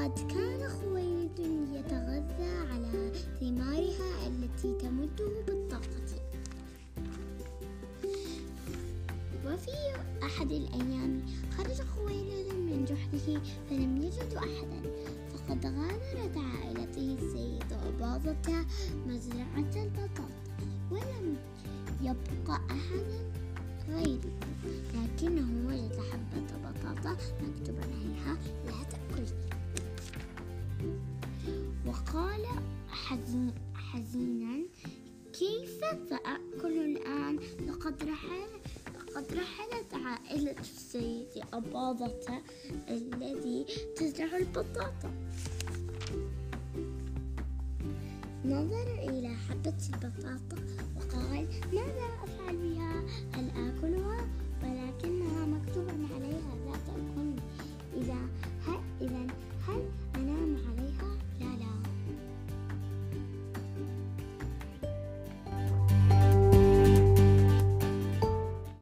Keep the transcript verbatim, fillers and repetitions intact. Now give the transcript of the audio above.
وقد كان خويلد يتغذى على ثمارها التي تمده بالطاقة. وفي أحد الأيام خرج خويلد من جحره فلم يجد أحدا، فقد غادرت عائلته السيدة أباظة مزرعة البطاطا ولم يبق أحدا غيره، لكنه وجد حبة بطاطا مكتوب عليها لا تأكل. وقال حزين حزينا: كيف سأأكل الآن؟ لقد رحل لقد رحلت عائلة السيد أباظة الذي تزرع البطاطا. نظر إلى حبة البطاطا وقال: ماذا أفعل بها؟ هل آكلها